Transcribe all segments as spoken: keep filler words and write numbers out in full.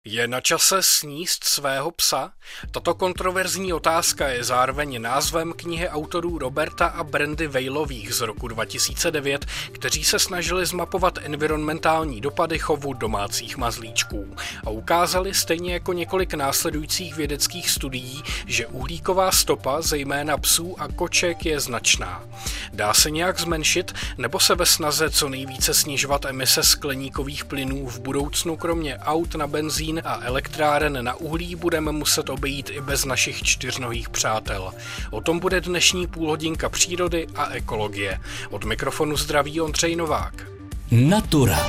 Je na čase sníst svého psa? Tato kontroverzní otázka je zároveň názvem knihy autorů Roberta a Brandy Weilových z roku dva tisíce devět, kteří se snažili zmapovat environmentální dopady chovu domácích mazlíčků a ukázali stejně jako několik následujících vědeckých studií, že uhlíková stopa zejména psů a koček je značná. Dá se nějak zmenšit, nebo se ve snaze co nejvíce snižovat emise skleníkových plynů v budoucnu kromě aut na benzín a elektráren na uhlí budeme muset obejít i bez našich čtyřnohých přátel. O tom bude dnešní půlhodinka přírody a ekologie. Od mikrofonu zdraví Ondřej Novák. Natura.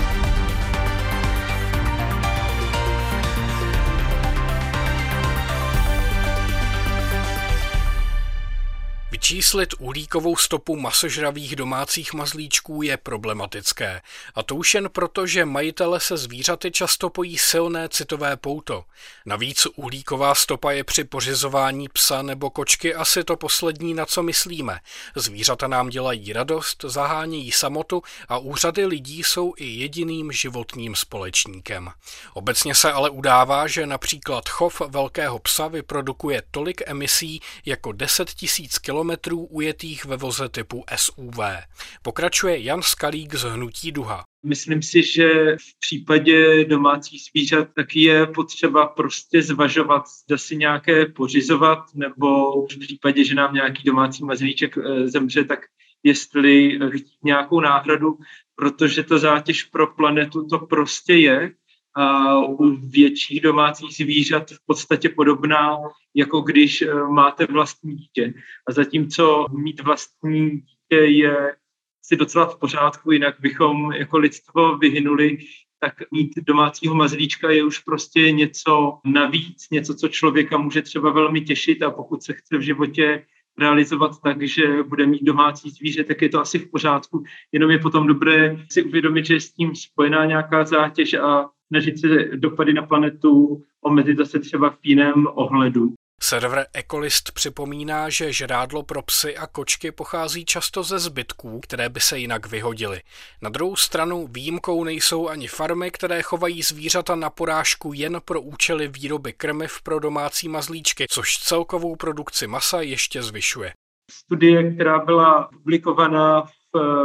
Vyčíslit uhlíkovou stopu masožravých domácích mazlíčků je problematické. A to už jen proto, že majitele se zvířaty často pojí silné citové pouto. Navíc uhlíková stopa je při pořizování psa nebo kočky asi to poslední, na co myslíme. Zvířata nám dělají radost, zahánějí samotu a úřady lidí jsou i jediným životním společníkem. Obecně se ale udává, že například chov velkého psa vyprodukuje tolik emisí jako deset tisíc kilometrů ujetých ve voze typu S U V. Pokračuje Jan Skalík z Hnutí Duha. Myslím si, že v případě domácích zvířat taky je potřeba prostě zvažovat, zda si nějaké pořizovat, nebo v případě, že nám nějaký domácí mazlíček zemře, tak jestli chtít nějakou náhradu, protože to zátěž pro planetu to prostě je. A u větších domácích zvířat v podstatě podobná, jako když máte vlastní dítě. A zatímco mít vlastní dítě je si docela v pořádku, jinak bychom jako lidstvo vyhynuli, tak mít domácího mazlíčka je už prostě něco navíc, něco, co člověka může třeba velmi těšit, a pokud se chce v životě realizovat tak, že bude mít domácí zvíře, tak je to asi v pořádku. Jenom je potom dobré si uvědomit, že je s tím spojená nějaká zátěž a snažit se dopady na planetu omezit zase třeba v jiném ohledu. Server Ekolist připomíná, že žrádlo pro psy a kočky pochází často ze zbytků, které by se jinak vyhodily. Na druhou stranu výjimkou nejsou ani farmy, které chovají zvířata na porážku jen pro účely výroby krmiv pro domácí mazlíčky, což celkovou produkci masa ještě zvyšuje. Studie, která byla publikovaná v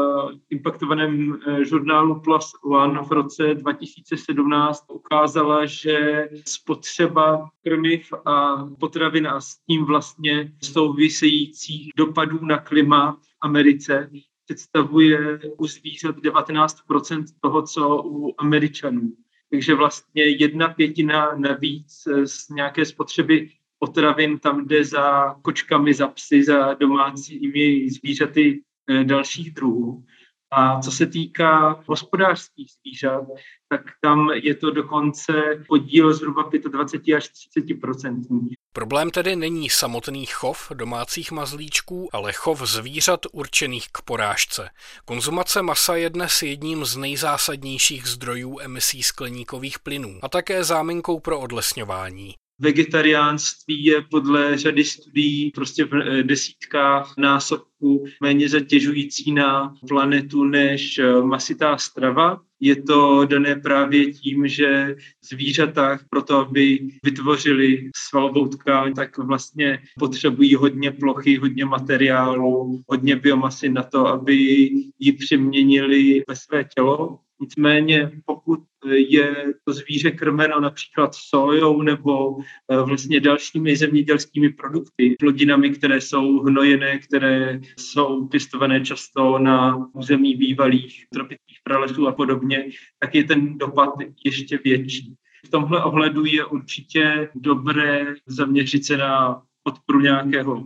impaktovaném žurnálu PLOS ONE v roce dva tisíce sedmnáct, ukázala, že spotřeba krmiv a potravin a s tím vlastně souvisejících dopadů na klima v Americe představuje u zvířat devatenáct procent toho, co u Američanů. Takže vlastně jedna pětina navíc z nějaké spotřeby potravin tam jde za kočkami, za psy, za domácími zvířaty dalších druhů. A co se týká hospodářských zvířat, tak tam je to dokonce podíl zhruba dvacet pět až třicet procent. Problém tedy není samotný chov domácích mazlíčků, ale chov zvířat určených k porážce. Konzumace masa je dnes jedním z nejzásadnějších zdrojů emisí skleníkových plynů a také záminkou pro odlesňování. Vegetariánství je podle řady studií prostě v desítkách násobků méně zatěžující na planetu než masitá strava. Je to dané právě tím, že zvířata proto, aby vytvořili svalovou tkáň, tak vlastně potřebují hodně plochy, hodně materiálu, hodně biomasy na to, aby ji přeměnili ve své tělo. Nicméně pokud je to zvíře krmeno například sojou nebo vlastně dalšími zemědělskými produkty, plodinami, které jsou hnojené, které jsou pěstované často na území bývalých tropických pralesů a podobně, tak je ten dopad ještě větší. V tomhle ohledu je určitě dobré zaměřit se na podporu nějakého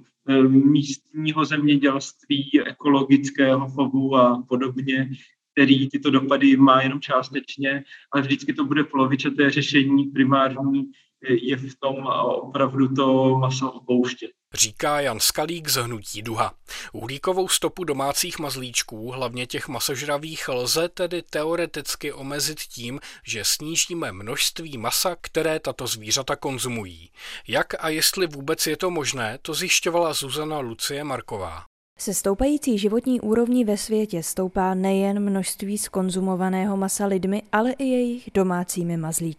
místního zemědělství, ekologického chovu a podobně, který tyto dopady má jenom částečně, ale vždycky to bude polovičaté řešení. Primární je v tom opravdu to maso opouštět. Říká Jan Skalík z Hnutí Duha. Uhlíkovou stopu domácích mazlíčků, hlavně těch masožravých, lze tedy teoreticky omezit tím, že snížíme množství masa, které tato zvířata konzumují. Jak a jestli vůbec je to možné, to zjišťovala Zuzana Lucie Marková. Se stoupající životní úrovní ve světě stoupá nejen množství zkonzumovaného masa lidmi, ale i jejich domácími mazlíčky.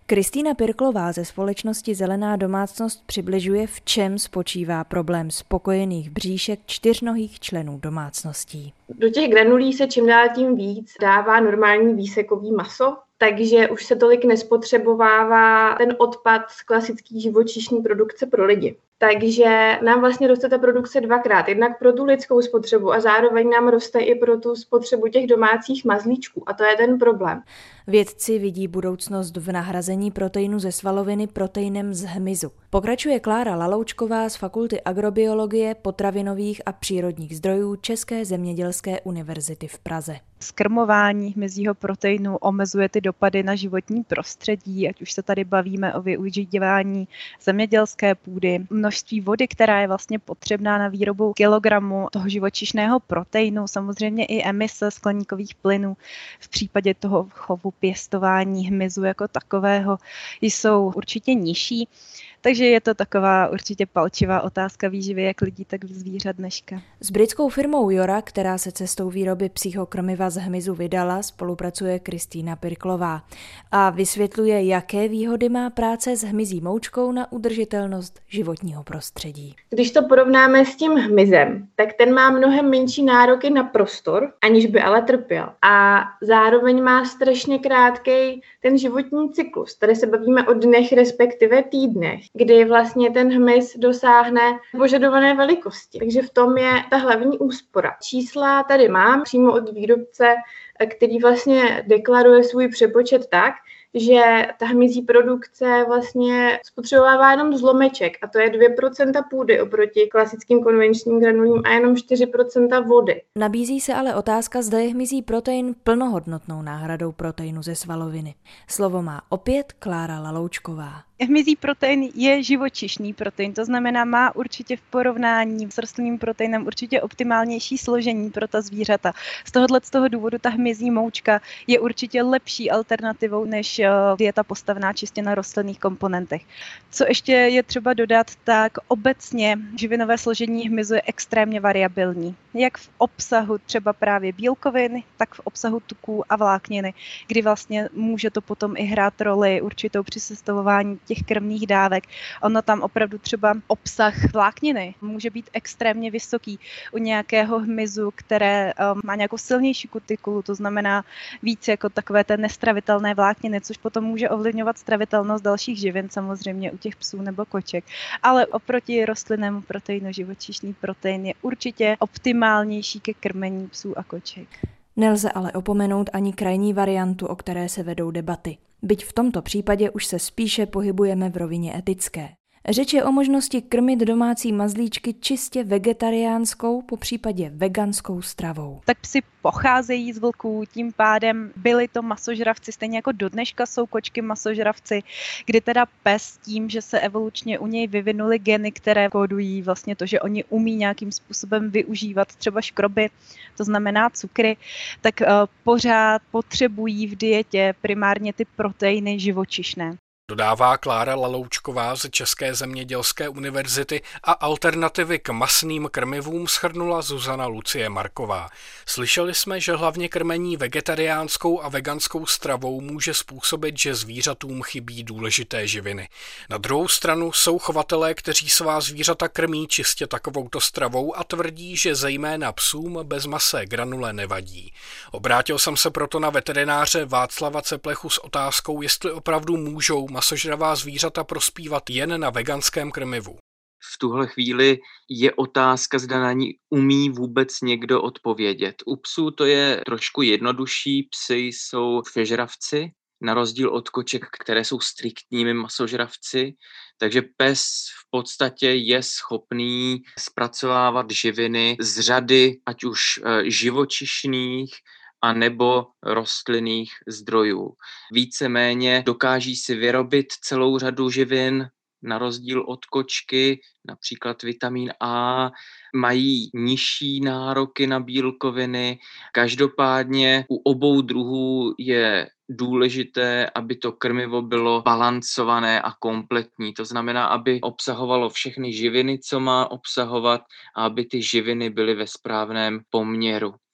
Kristýna Pirklová ze společnosti Zelená domácnost přibližuje, v čem spočívá problém spokojených bříšek čtyřnohých členů domácností. Do těch granulí se čím dál tím víc dává normální výsekový maso, takže už se tolik nespotřebovává ten odpad z klasické živočišní produkce pro lidi. Takže nám vlastně roste ta produkce dvakrát. Jednak pro tu lidskou spotřebu a zároveň nám roste i pro tu spotřebu těch domácích mazlíčků. A to je ten problém. Vědci vidí budoucnost v nahrazení proteinu ze svaloviny proteinem z hmyzu. Pokračuje Klára Laloučková z Fakulty agrobiologie, potravinových a přírodních zdrojů České zemědělské univerzity v Praze. Zkrmování hmyzího proteinu omezuje ty dopady na životní prostředí, ať už se tady bavíme o využívání zemědělské půdy, množství vody, která je vlastně potřebná na výrobu kilogramu toho živočišného proteinu, samozřejmě i emise skleníkových plynů v případě toho chovu pěstování hmyzu jako takového jsou určitě nižší. Takže je to taková určitě palčivá otázka výživy jak lidí, tak zvířat dneška. S britskou firmou Jora, která se cestou výroby psího krmiva z hmyzu vydala, spolupracuje Kristýna Pirklová a vysvětluje, jaké výhody má práce s hmyzí moučkou na udržitelnost životního prostředí. Když to porovnáme s tím hmyzem, tak ten má mnohem menší nároky na prostor, aniž by ale trpěl. A zároveň má strašně krátkej ten životní cyklus. Tady se bavíme o dnech, respektive týdnech, kdy vlastně ten hmyz dosáhne požadované velikosti. Takže v tom je ta hlavní úspora. Čísla tady mám přímo od výrobce, který vlastně deklaruje svůj přepočet tak, že ta hmyzí produkce vlastně spotřebovává jenom zlomeček a to je dvě procenta půdy oproti klasickým konvenčním granulím a jenom čtyři procenta vody. Nabízí se ale otázka, zda je hmyzí protein plnohodnotnou náhradou proteinu ze svaloviny. Slovo má opět Klára Laloučková. Hmyzí protein je živočišný protein, to znamená, má určitě v porovnání s rostlinným proteinem určitě optimálnější složení pro ta zvířata. Z tohohle z toho důvodu ta hmyzí moučka je určitě lepší alternativou než dieta postavená čistě na rostlinných komponentech. Co ještě je třeba dodat, tak obecně živinové složení hmyzu je extrémně variabilní. Jak v obsahu třeba právě bílkovin, tak v obsahu tuků a vlákniny, kdy vlastně může to potom i hrát roli určitou při sestavování těch krmných dávek. Ono tam opravdu třeba obsah vlákniny může být extrémně vysoký u nějakého hmyzu, které um, má nějakou silnější kutikulu, to znamená víc jako takové té nestravitelné vlákniny, což potom může ovlivňovat stravitelnost dalších živin, samozřejmě u těch psů nebo koček. Ale oproti rostlinnému proteinu živočišný protein je určitě optimálnější ke krmení psů a koček. Nelze ale opomenout ani krajní variantu, o které se vedou debaty. Byť v tomto případě už se spíše pohybujeme v rovině etické. Řeč je o možnosti krmit domácí mazlíčky čistě vegetariánskou, popřípadě veganskou stravou. Tak psi pocházejí z vlků, tím pádem byli to masožravci, stejně jako do dneška jsou kočky masožravci, kdy teda pes tím, že se evolučně u něj vyvinuly geny, které kódují vlastně to, že oni umí nějakým způsobem využívat třeba škroby, to znamená cukry, tak uh, pořád potřebují v dietě primárně ty proteiny živočišné. Dodává Klára Laloučková z České zemědělské univerzity a alternativy k masným krmivům shrnula Zuzana Lucie Marková. Slyšeli jsme, že hlavně krmení vegetariánskou a veganskou stravou může způsobit, že zvířatům chybí důležité živiny. Na druhou stranu jsou chovatelé, kteří svá zvířata krmí čistě takovouto stravou a tvrdí, že zejména psům bezmasé granule nevadí. Obrátil jsem se proto na veterináře Václava Ceplechu s otázkou, jestli opravdu můžou masožravá zvířata prospívat jen na veganském krmivu. V tuhle chvíli je otázka, zda na ní umí vůbec někdo odpovědět. U psů to je trošku jednodušší, psy jsou všežravci, na rozdíl od koček, které jsou striktními masožravci, takže pes v podstatě je schopný zpracovávat živiny z řady, ať už živočišných, a nebo rostlinných zdrojů. Víceméně dokáží si vyrobit celou řadu živin, na rozdíl od kočky, například vitamin A, mají nižší nároky na bílkoviny. Každopádně u obou druhů je důležité, aby to krmivo bylo balancované a kompletní. To znamená, aby obsahovalo všechny živiny, co má obsahovat, a aby ty živiny byly ve správném poměru.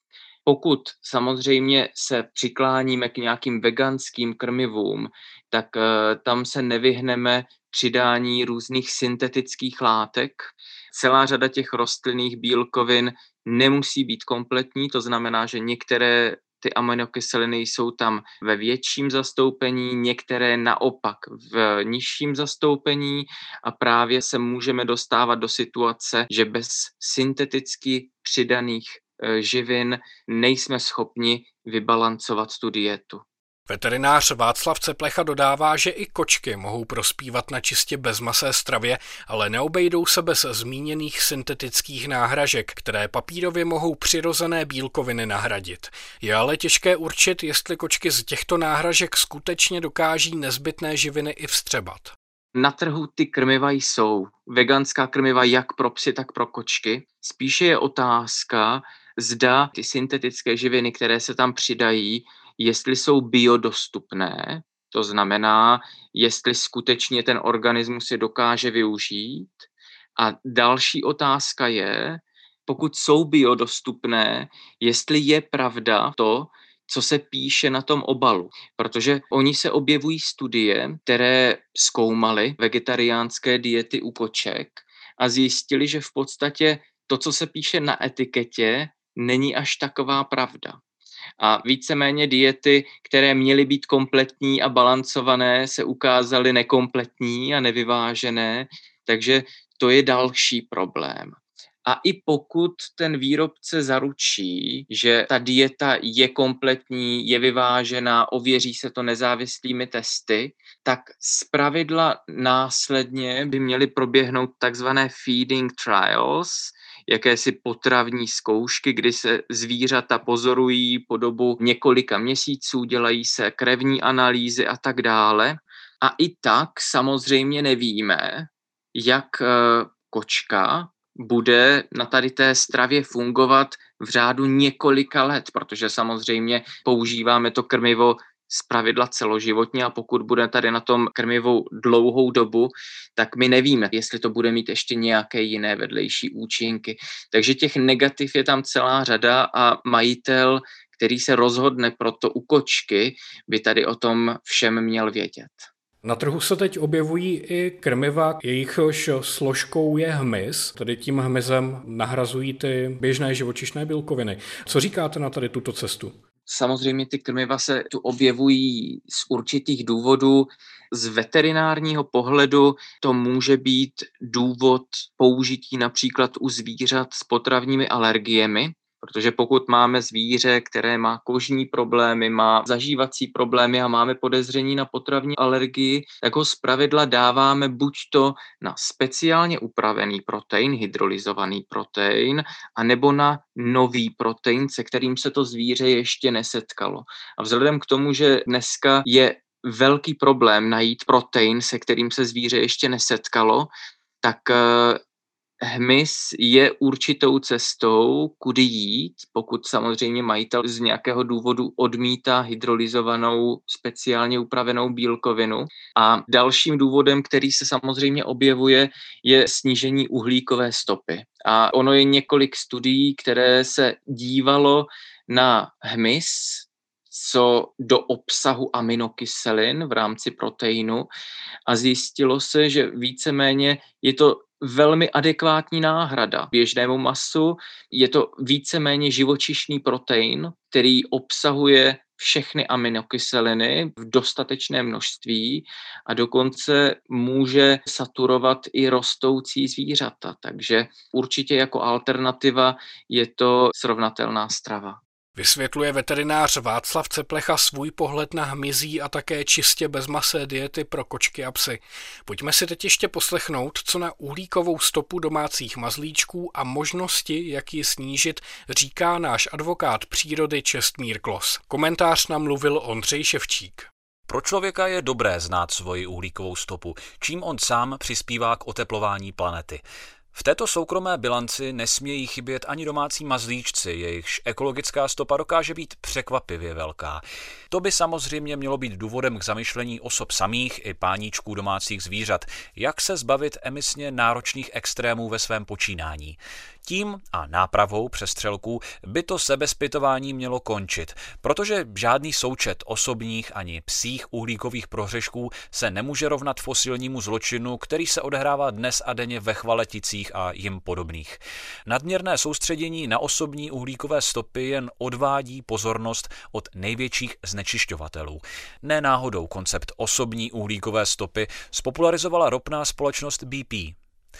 Pokud samozřejmě se přikláníme k nějakým veganským krmivům, tak uh, tam se nevyhneme přidání různých syntetických látek. Celá řada těch rostlinných bílkovin nemusí být kompletní, to znamená, že některé ty aminokyseliny jsou tam ve větším zastoupení, některé naopak v nižším zastoupení a právě se můžeme dostávat do situace, že bez synteticky přidaných živin nejsme schopni vybalancovat tu dietu. Veterinář Václav Ceplecha dodává, že i kočky mohou prospívat na čistě bezmasé stravě, ale neobejdou se bez zmíněných syntetických náhražek, které papírově mohou přirozené bílkoviny nahradit. Je ale těžké určit, jestli kočky z těchto náhražek skutečně dokáží nezbytné živiny i vstřebat. Na trhu ty krmiva jsou. Veganská krmiva jak pro psy, tak pro kočky. Spíše je otázka, zda ty syntetické živiny, které se tam přidají, jestli jsou biodostupné, to znamená, jestli skutečně ten organismus je dokáže využít. A další otázka je, pokud jsou biodostupné, jestli je pravda to, co se píše na tom obalu. Protože oni se objevují studie, které zkoumaly vegetariánské diety u koček a zjistili, že v podstatě to, co se píše na etiketě, není až taková pravda. A víceméně diety, které měly být kompletní a balancované, se ukázaly nekompletní a nevyvážené, takže to je další problém. A i pokud ten výrobce zaručí, že ta dieta je kompletní, je vyvážená, ověří se to nezávislými testy, tak zpravidla následně by měly proběhnout takzvané feeding trials, jakési potravní zkoušky, kdy se zvířata pozorují po dobu několika měsíců, dělají se krevní analýzy a tak dále. A i tak samozřejmě nevíme, jak kočka bude na tady té stravě fungovat v řádu několika let, protože samozřejmě používáme to krmivo zpravidla celoživotně a pokud bude tady na tom krmivu dlouhou dobu, tak my nevíme, jestli to bude mít ještě nějaké jiné vedlejší účinky. Takže těch negativ je tam celá řada a majitel, který se rozhodne pro to u kočky, by tady o tom všem měl vědět. Na trhu se teď objevují i krmiva, jejichž složkou je hmyz, tedy tím hmyzem nahrazují ty běžné živočišné bílkoviny. Co říkáte na tady tuto cestu? Samozřejmě ty krmiva se tu objevují z určitých důvodů. Z veterinárního pohledu to může být důvod použití například u zvířat s potravními alergiemi, protože pokud máme zvíře, které má kožní problémy, má zažívací problémy a máme podezření na potravní alergii, tak ho zpravidla dáváme buď to na speciálně upravený protein, hydrolyzovaný protein, anebo na nový protein, se kterým se to zvíře ještě nesetkalo. A vzhledem k tomu, že dneska je velký problém najít protein, se kterým se zvíře ještě nesetkalo, tak hmyz je určitou cestou, kudy jít, pokud samozřejmě majitel z nějakého důvodu odmítá hydrolyzovanou, speciálně upravenou bílkovinu. A dalším důvodem, který se samozřejmě objevuje, je snížení uhlíkové stopy. A ono je několik studií, které se dívalo na hmyz, co do obsahu aminokyselin v rámci proteinu a zjistilo se, že víceméně je to velmi adekvátní náhrada běžnému masu. Je to víceméně živočišný protein, který obsahuje všechny aminokyseliny v dostatečné množství a dokonce může saturovat i rostoucí zvířata. Takže určitě jako alternativa je to srovnatelná strava. Vysvětluje veterinář Václav Ceplecha svůj pohled na hmyzí a také čistě bezmasé diety pro kočky a psy. Pojďme si teď ještě poslechnout, co na uhlíkovou stopu domácích mazlíčků a možnosti, jak ji snížit, říká náš advokát přírody Čestmír Klos. Komentář nám mluvil Ondřej Ševčík. Pro člověka je dobré znát svoji uhlíkovou stopu, čím on sám přispívá k oteplování planety. V této soukromé bilanci nesmějí chybět ani domácí mazlíčci, jejichž ekologická stopa dokáže být překvapivě velká. To by samozřejmě mělo být důvodem k zamyšlení osob samých i páníčků domácích zvířat, jak se zbavit emisně náročných extrémů ve svém počínání. Tím a nápravou přestřelků by to sebezpytování mělo končit, protože žádný součet osobních ani psích uhlíkových prohřešků se nemůže rovnat fosilnímu zločinu, který se odehrává dnes a denně ve Chvaleticích a jim podobných. Nadměrné soustředění na osobní uhlíkové stopy jen odvádí pozornost od největších znečišťovatelů. Ne náhodou koncept osobní uhlíkové stopy spopularizovala ropná společnost B P.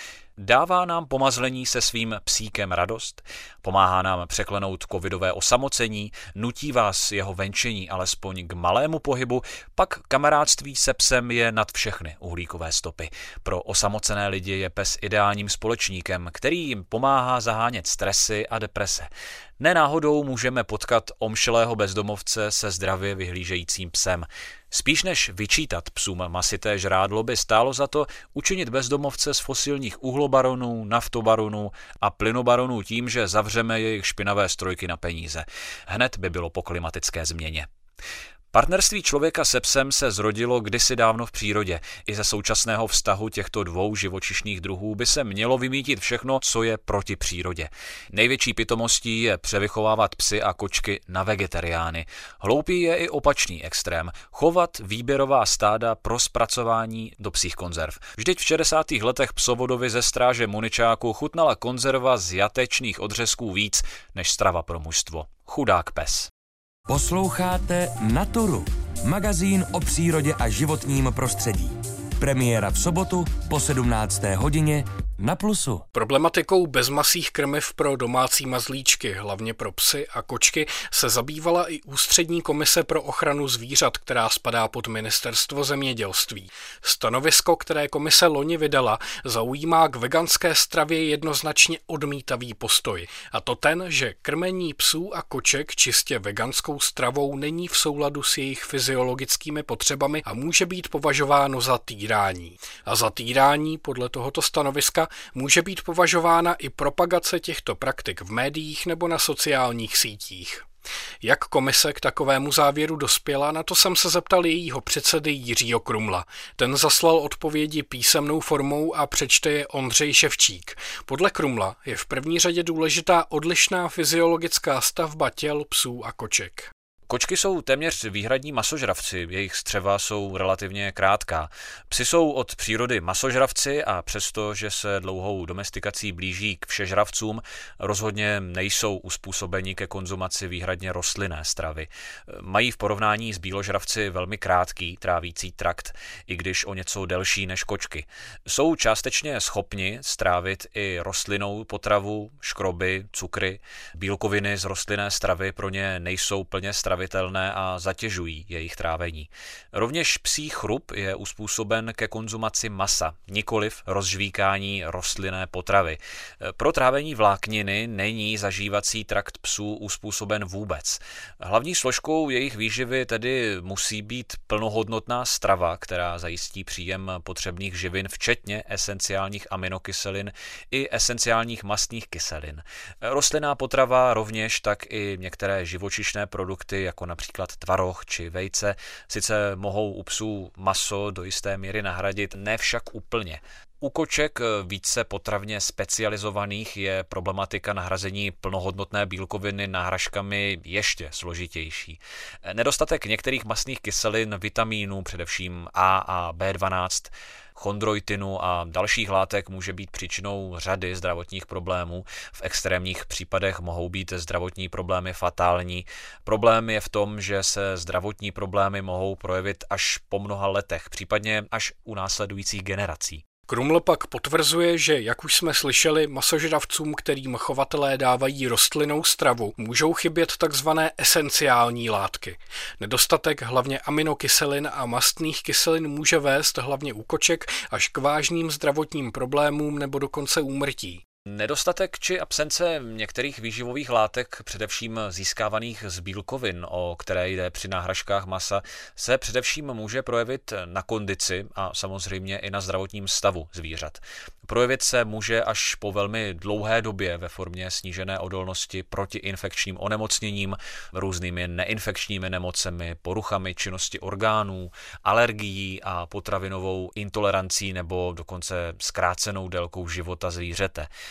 Dává nám pomazlení se svým psíkem radost, pomáhá nám překlenout covidové osamocení, nutí vás jeho venčení alespoň k malému pohybu, pak kamarádství se psem je nad všechny uhlíkové stopy. Pro osamocené lidi je pes ideálním společníkem, který jim pomáhá zahánět stresy a deprese. Nenáhodou můžeme potkat omšelého bezdomovce se zdravě vyhlížejícím psem. Spíš než vyčítat psům masité žrádlo by stálo za to učinit bezdomovce z fosilních uhlobaronů, naftobaronů a plynobaronů tím, že zavřeme jejich špinavé strojky na peníze. Hned by bylo po klimatické změně. Partnerství člověka se psem se zrodilo kdysi dávno v přírodě. I ze současného vztahu těchto dvou živočišných druhů by se mělo vymýtit všechno, co je proti přírodě. Největší pitomostí je převychovávat psy a kočky na vegetariány. Hloupý je i opačný extrém. Chovat výběrová stáda pro zpracování do psích konzerv. Vždyť v šedesátých letech psovodovi ze stráže Muničáku chutnala konzerva z jatečných odřezků víc než strava pro mužstvo. Chudák pes. Posloucháte Naturu, magazín o přírodě a životním prostředí. Premiéra v sobotu po sedmnácté hodině na Plusu. Problematikou bezmasých krmiv pro domácí mazlíčky, hlavně pro psy a kočky, se zabývala i Ústřední komise pro ochranu zvířat, která spadá pod Ministerstvo zemědělství. Stanovisko, které komise loni vydala, zaujímá k veganské stravě jednoznačně odmítavý postoj. A to ten, že krmení psů a koček čistě veganskou stravou není v souladu s jejich fyziologickými potřebami a může být považováno za týrání. A za týrání podle tohoto stanoviska může být považována i propagace těchto praktik v médiích nebo na sociálních sítích. Jak komise k takovému závěru dospěla, na to jsem se zeptal jejího předsedy Jiřího Krumla. Ten zaslal odpovědi písemnou formou a přečte je Ondřej Ševčík. Podle Krumla je v první řadě důležitá odlišná fyziologická stavba těl psů a koček. Kočky jsou téměř výhradní masožravci, jejich střeva jsou relativně krátká. Psi jsou od přírody masožravci a přesto, že se dlouhou domestikací blíží k všežravcům, rozhodně nejsou uspůsobeni ke konzumaci výhradně rostlinné stravy. Mají v porovnání s býložravci velmi krátký trávící trakt, i když o něco delší než kočky. Jsou částečně schopni strávit i rostlinnou potravu, škroby, cukry. Bílkoviny z rostlinné stravy pro ně nejsou plně stravitelné a zatěžují jejich trávení. Rovněž psí chrup je uspůsoben ke konzumaci masa, nikoliv rozžvíkání rostlinné potravy. Pro trávení vlákniny není zažívací trakt psů uspůsoben vůbec. Hlavní složkou jejich výživy tedy musí být plnohodnotná strava, která zajistí příjem potřebných živin, včetně esenciálních aminokyselin i esenciálních mastných kyselin. Rostlinná potrava rovněž tak i některé živočišné produkty, jako například tvaroh či vejce, sice mohou u psů maso do jisté míry nahradit, ne však úplně. U koček více potravně specializovaných je problematika nahrazení plnohodnotné bílkoviny náhražkami ještě složitější. Nedostatek některých mastných kyselin, vitamínů, především A a bé dvanáct, chondroitinu a dalších látek může být příčinou řady zdravotních problémů. V extrémních případech mohou být zdravotní problémy fatální. Problém je v tom, že se zdravotní problémy mohou projevit až po mnoha letech, případně až u následujících generací. Kruml pak potvrzuje, že, jak už jsme slyšeli, masožravcům, kterým chovatelé dávají rostlinnou stravu, můžou chybět takzvané esenciální látky. Nedostatek hlavně aminokyselin a mastných kyselin může vést hlavně u koček až k vážným zdravotním problémům nebo dokonce úmrtí. Nedostatek či absence některých výživových látek, především získávaných z bílkovin, o které jde při náhražkách masa, se především může projevit na kondici a samozřejmě i na zdravotním stavu zvířat. Projevit se může až po velmi dlouhé době ve formě snížené odolnosti proti infekčním onemocněním, různými neinfekčními nemocemi, poruchami činnosti orgánů, alergií a potravinovou intolerancí nebo dokonce zkrácenou délkou života zvířete.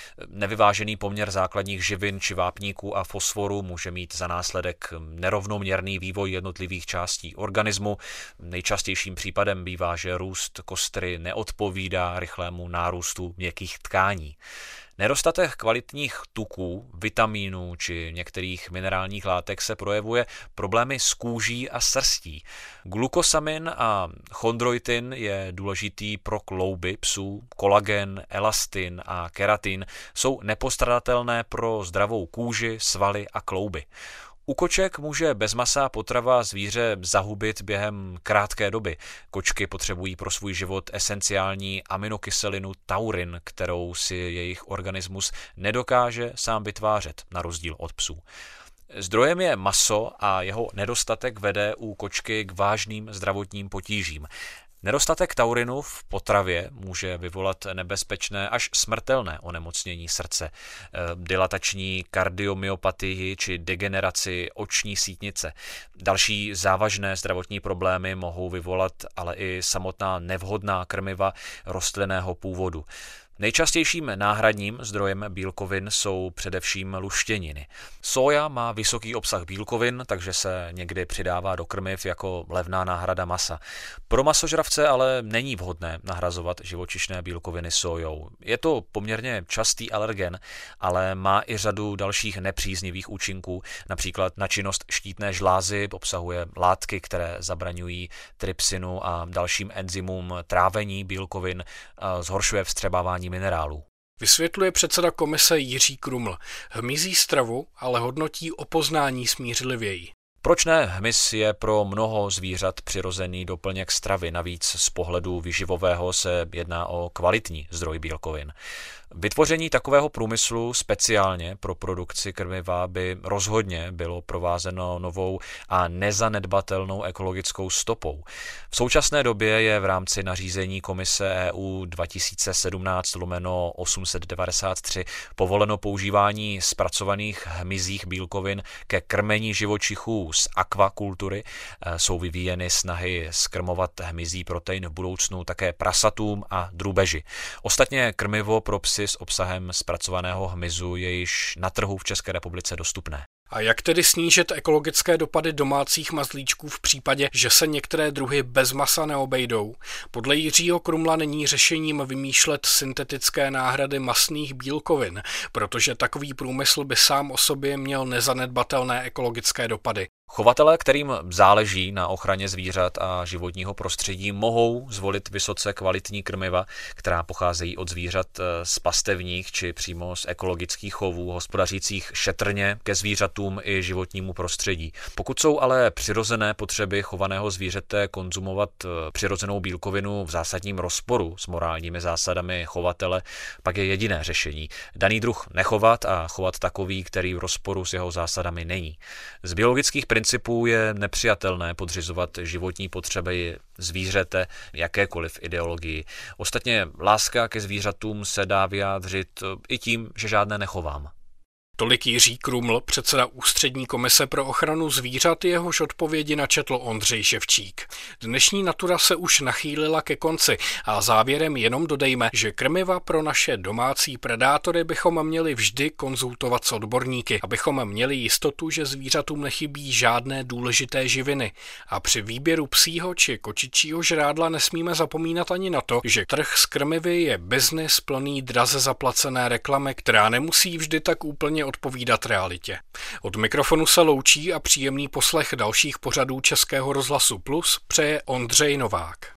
Nevyvážený poměr základních živin či vápníků a fosforu může mít za následek nerovnoměrný vývoj jednotlivých částí organismu. Nejčastějším případem bývá, že růst kostry neodpovídá rychlému nárůstu měkkých tkání. Nedostatek kvalitních tuků, vitamínů či některých minerálních látek se projevuje problémy s kůží a srstí. Glukosamin a chondroitin je důležitý pro klouby psů, kolagen, elastin a keratin jsou nepostradatelné pro zdravou kůži, svaly a klouby. U koček může bezmasá potrava zvíře zahubit během krátké doby. Kočky potřebují pro svůj život esenciální aminokyselinu taurin, kterou si jejich organismus nedokáže sám vytvářet, na rozdíl od psů. Zdrojem je maso a jeho nedostatek vede u kočky k vážným zdravotním potížím. Nedostatek taurinu v potravě může vyvolat nebezpečné až smrtelné onemocnění srdce, dilatační kardiomyopatii či degeneraci oční sítnice. Další závažné zdravotní problémy mohou vyvolat ale i samotná nevhodná krmiva rostlinného původu. Nejčastějším náhradním zdrojem bílkovin jsou především luštěniny. Soja má vysoký obsah bílkovin, takže se někdy přidává do krmiv jako levná náhrada masa. Pro masožravce ale není vhodné nahrazovat živočišné bílkoviny sojou. Je to poměrně častý alergen, ale má i řadu dalších nepříznivých účinků. Například na činnost štítné žlázy obsahuje látky, které zabraňují trypsinu a dalším enzymům trávení bílkovin, zhoršuje vstřebávání minerálů. Vysvětluje předseda komise Jiří Kruml. Hmyzí stravu ale hodnotí o poznání smířlivěji. Proč ne? Hmyz je pro mnoho zvířat přirozený doplněk stravy. Navíc z pohledu výživového se jedná o kvalitní zdroj bílkovin. Vytvoření takového průmyslu speciálně pro produkci krmiva by rozhodně bylo provázeno novou a nezanedbatelnou ekologickou stopou. V současné době je v rámci nařízení Komise E U dva tisíce sedmnáct lomeno osm set devadesát tři povoleno používání zpracovaných hmyzích bílkovin ke krmení živočichů z akvakultury. Jsou vyvíjeny snahy zkrmovat hmyzí protein v budoucnu také prasatům a drůbeži. Ostatně krmivo pro psy s obsahem zpracovaného hmyzu je již na trhu v České republice dostupné. A jak tedy snížit ekologické dopady domácích mazlíčků v případě, že se některé druhy bez masa neobejdou? Podle Jiřího Krumla není řešením vymýšlet syntetické náhrady masných bílkovin, protože takový průmysl by sám o sobě měl nezanedbatelné ekologické dopady. Chovatelé, kterým záleží na ochraně zvířat a životního prostředí, mohou zvolit vysoce kvalitní krmiva, která pocházejí od zvířat z pastevních či přímo z ekologických chovů, hospodařících šetrně ke zvířatům i životnímu prostředí. Pokud jsou ale přirozené potřeby chovaného zvířete konzumovat přirozenou bílkovinu v zásadním rozporu s morálními zásadami chovatele, pak je jediné řešení daný druh nechovat a chovat takový, který v rozporu s jeho zásadami není. Z biologických principů je nepřijatelné podřizovat životní potřeby zvířete jakékoliv ideologii. Ostatně láska ke zvířatům se dá vyjádřit i tím, že žádné nechovám. Tolik Jiří Kruml, předseda Ústřední komise pro ochranu zvířat, jehož odpovědi načetl Ondřej Ševčík. Dnešní Natura se už nachýlila ke konci a závěrem jenom dodejme, že krmiva pro naše domácí predátory bychom měli vždy konzultovat s odborníky, abychom měli jistotu, že zvířatům nechybí žádné důležité živiny. A při výběru psího či kočičího žrádla nesmíme zapomínat ani na to, že trh s krmivy je biznis plný draze zaplacené reklamy, která nemusí vždy tak úplně odpovídat realitě. Od mikrofonu se loučí a příjemný poslech dalších pořadů Českého rozhlasu Plus přeje Ondřej Novák.